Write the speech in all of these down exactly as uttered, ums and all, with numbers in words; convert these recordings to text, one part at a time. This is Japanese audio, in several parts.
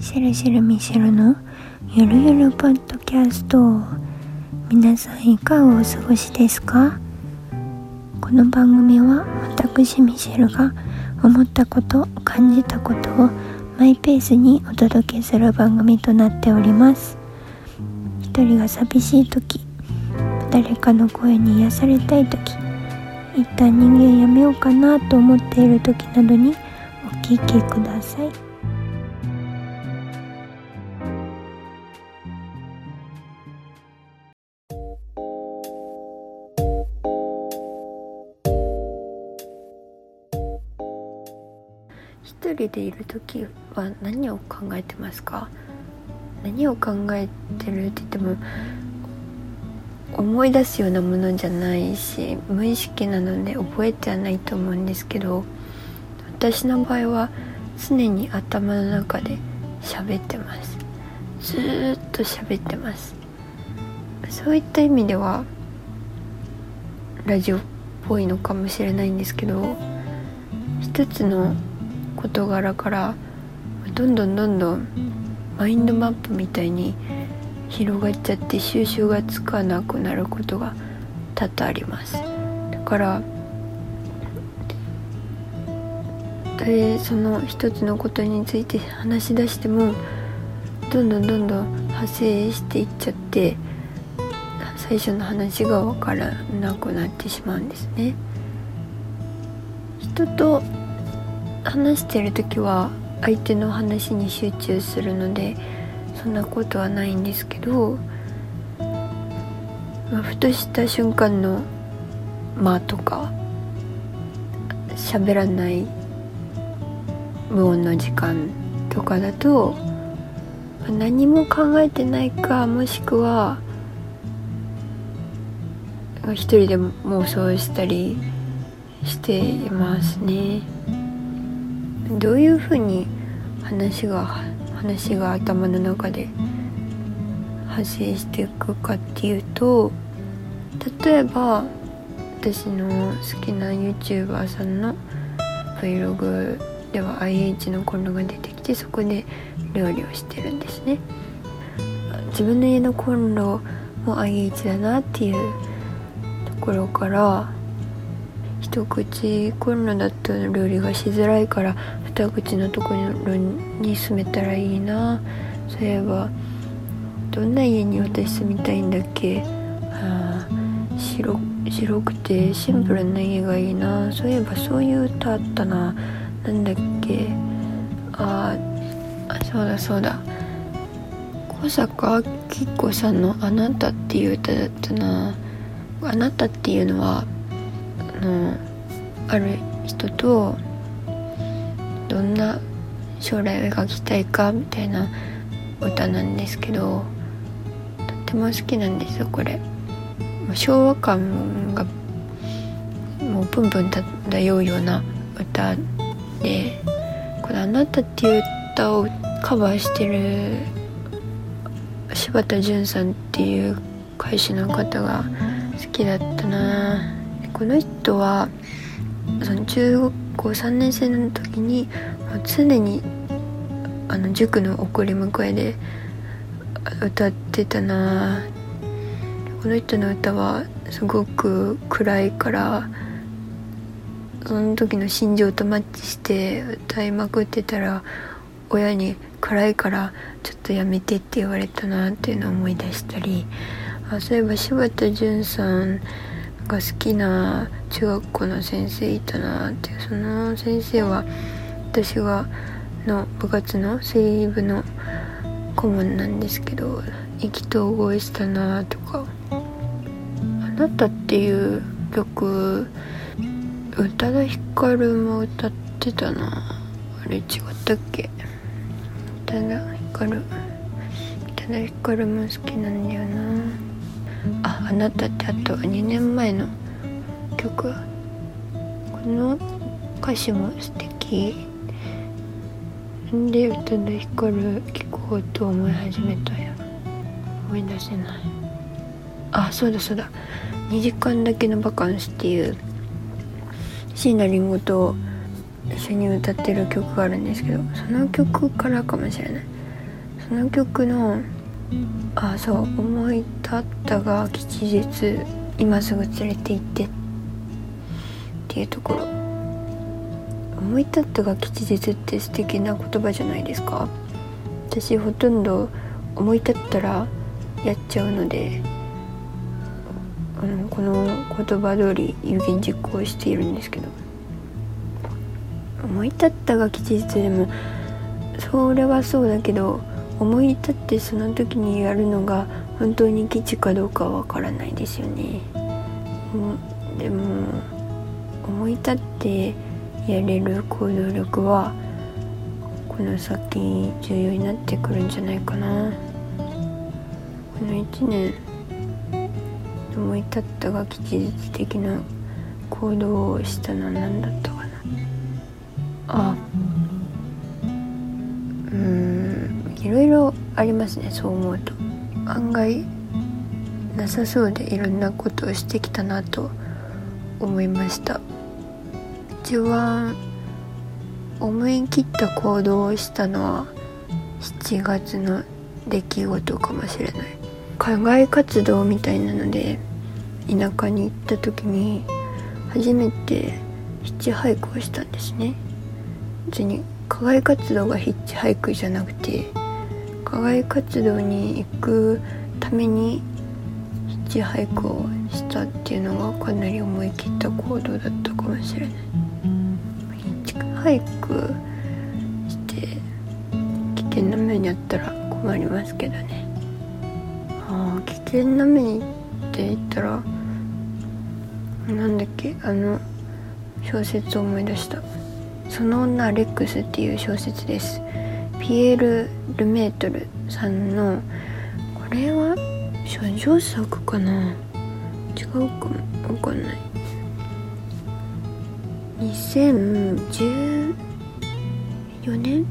シェルシェルミシェルのゆるゆるポッドキャスト。皆さんいかがお過ごしですか？この番組は私ミシェルが思ったこと、感じたことをマイペースにお届けする番組となっております。一人が寂しい時、誰かの声に癒されたい時、一旦人間やめようかなと思っている時などにお聞きください。一人でいる時は何を考えてますか？何を考えてるって言っても思い出すようなものじゃないし、無意識なので覚えてはないと思うんですけど、私の場合は常に頭の中で喋ってます。ずーっと喋ってます。そういった意味ではラジオっぽいのかもしれないんですけど、一つの事柄からどんどんどんどんマインドマップみたいに広がっちゃって収集がつかなくなることが多々あります。だからでその一つのことについて話し出してもどんどんどんどん派生していっちゃって、最初の話が分からなくなってしまうんですね。人と話してるときは相手の話に集中するのでそんなことはないんですけど、まあ、ふとした瞬間の間とか喋らない無音の時間とかだと何も考えてないか、もしくは一人で妄想したりしていますね。どういうふうに話が話が頭の中で発生していくかっていうと、例えば私の好きな YouTuber さんの Vlog では アイエイチ のコンロが出てきて、そこで料理をしてるんですね。自分の家のコンロも アイエイチ だなっていうところから、一口コンロだと料理がしづらいから二口のところに住めたらいいな。そういえばどんな家に私住みたいんだっけ？あ白、白くてシンプルな家がいいな。そういえばそういう歌あったな。なんだっけ？ああ、そうだそうだ。小坂明子さんのあなたっていう歌だったな。あなたっていうのはあのある人とどんな将来を描きたいかみたいな歌なんですけど、とっても好きなんですよこれ。昭和感がもうプンプン漂うような歌で、このあなたっていう歌をカバーしてる柴田純さんっていう歌手の方が好きだったな。この人はその中学校さんねん生の時にもう常にあの塾の送り迎えで歌ってたな。この人の歌はすごく暗いから、その時の心情とマッチして歌いまくってたら、親に暗いからちょっとやめてって言われたなっていうのを思い出したり、あ、そういえば柴田純さんが好きな中学校の先生いたなって。その先生は私がの部活の水泳部の顧問なんですけど、意気投合したなとか。あなたっていう曲宇多田ヒカルも歌ってたな。あれ違ったっけ？宇多田ヒカル宇多田ヒカルも好きなんだよな。あ、あなたってあとにねんまえの曲、この歌詞も素敵で宇多田ヒカル聴こうと思い始めたよ。思い出せない。あ、そうだそうだ、にじかんだけのバカンスっていう椎名林檎と一緒に歌ってる曲があるんですけど、その曲からかもしれない。 その曲のあそう思い立ったが吉日今すぐ連れて行ってっていうところ、思い立ったが吉日って素敵な言葉じゃないですか。私ほとんど思い立ったらやっちゃうので、あのこの言葉通り有言実行しているんですけど、思い立ったが吉日でもそれはそうだけど、思い立ってその時にやるのが本当に吉かどうかはわからないですよね。うん、でも思い立ってやれる行動力はこの先重要になってくるんじゃないかな。このいちねん思い立ったが吉日的な行動をしたのは何だったかなあ、うーんいろいろありますね。そう思うと案外なさそうでいろんなことをしてきたなと思いました。一番思い切った行動をしたのはしちがつの出来事かもしれない。課外活動みたいなので田舎に行った時に初めてヒッチハイクをしたんですね。別に課外活動がヒッチハイクじゃなくて、課外活動に行くためにヒッチハイクをしたっていうのがかなり思い切った行動だったかもしれない。ヒッチハイクして危険な目にあったら困りますけどね。ああ、危険な目にって言ったらなんだっけ、あの小説を思い出した。その女アレックスっていう小説です。ピエール・ルメートルさんの、これは書状作かな、違うかもわかんない。にせんじゅうよねん、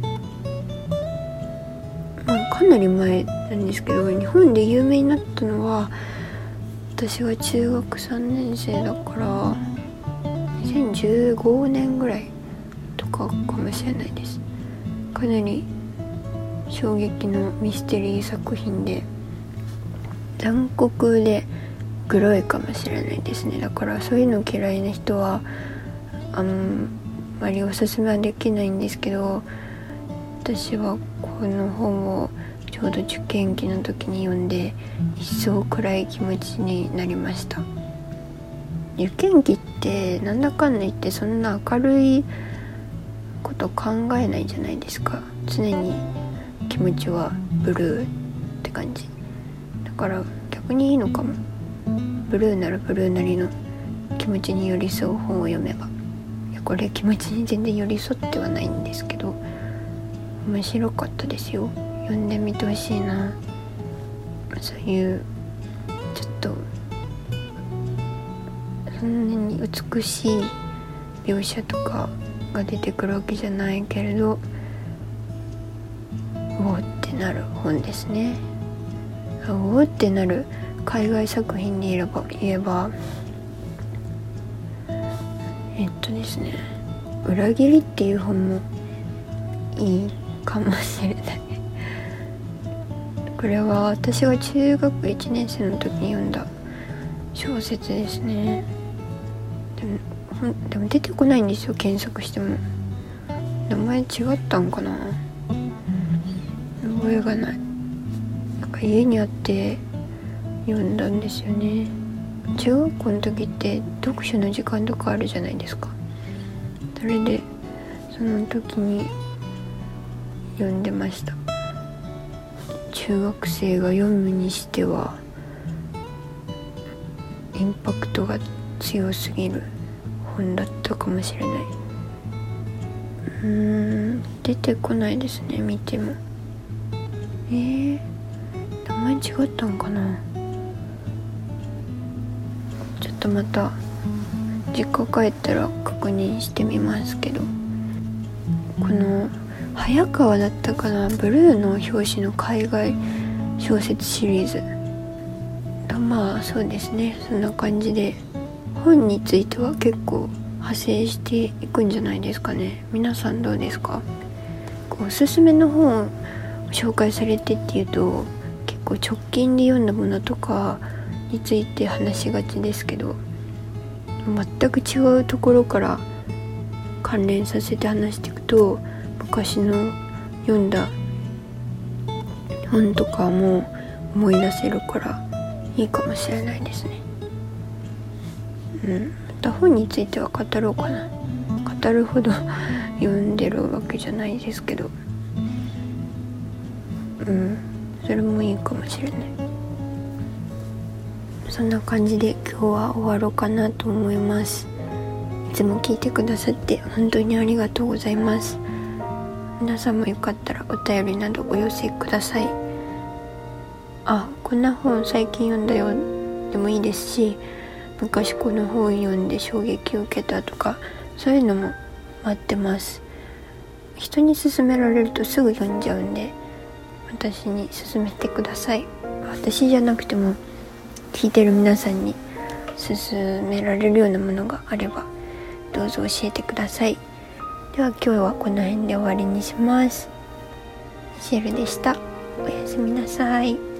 まあ、かなり前なんですけど、日本で有名になったのは私が中学さんねん生だからにせんじゅうごねんぐらいとかかもしれないです。かなり衝撃のミステリー作品で残酷でグロいかもしれないですね。だからそういうの嫌いな人はあんまりおすすめはできないんですけど、私はこの本をちょうど受験期の時に読んで一層暗い気持ちになりました。受験期ってなんだかんだ言ってそんな明るいこと考えないじゃないですか。常に気持ちはブルーって感じだから、逆にいいのかも。ブルーならブルーなりの気持ちに寄り添う本を読めば。いや、これ気持ちに全然寄り添ってはないんですけど面白かったですよ。読んでみてほしいな。そういうちょっとそんなに美しい描写とかが出てくるわけじゃないけれど、おーってなる本ですね。おーってなる海外作品で言えば、言えばえっとですね裏切りっていう本もいいかもしれない。これは私が中学いちねん生の時に読んだ小説ですね。でも、でも出てこないんですよ、検索しても。名前違ったんかな、覚えがない。なんか家にあって読んだんですよね。中学校の時って読書の時間とかあるじゃないですか。それでその時に読んでました。中学生が読むにしてはインパクトが強すぎる本だったかもしれない。うーん出てこないですね、見ても。えー、名前違ったんかな。ちょっとまた実家帰ったら確認してみますけど、この早川だったかな、ブルーの表紙の海外小説シリーズ、まあそうですね、そんな感じで本については結構派生していくんじゃないですかね。皆さんどうですか？おすすめの本を紹介されてっていうと結構直近で読んだものとかについて話しがちですけど、全く違うところから関連させて話していくと昔の読んだ本とかも思い出せるからいいかもしれないですね。うん、また本については語ろうかな。語るほど読んでるわけじゃないですけど、うん、それもいいかもしれない。そんな感じで今日は終わろうかなと思います。いつも聞いてくださって本当にありがとうございます。皆さんもよかったらお便りなどお寄せください。あ、こんな本最近読んだよでもいいですし、昔この本読んで衝撃を受けたとか、そういうのも待ってます。人に勧められるとすぐ読んじゃうんで、私に勧めてください。私じゃなくても聞いてる皆さんに勧められるようなものがあればどうぞ教えてください。では今日はこの辺で終わりにします。シェルでした。おやすみなさい。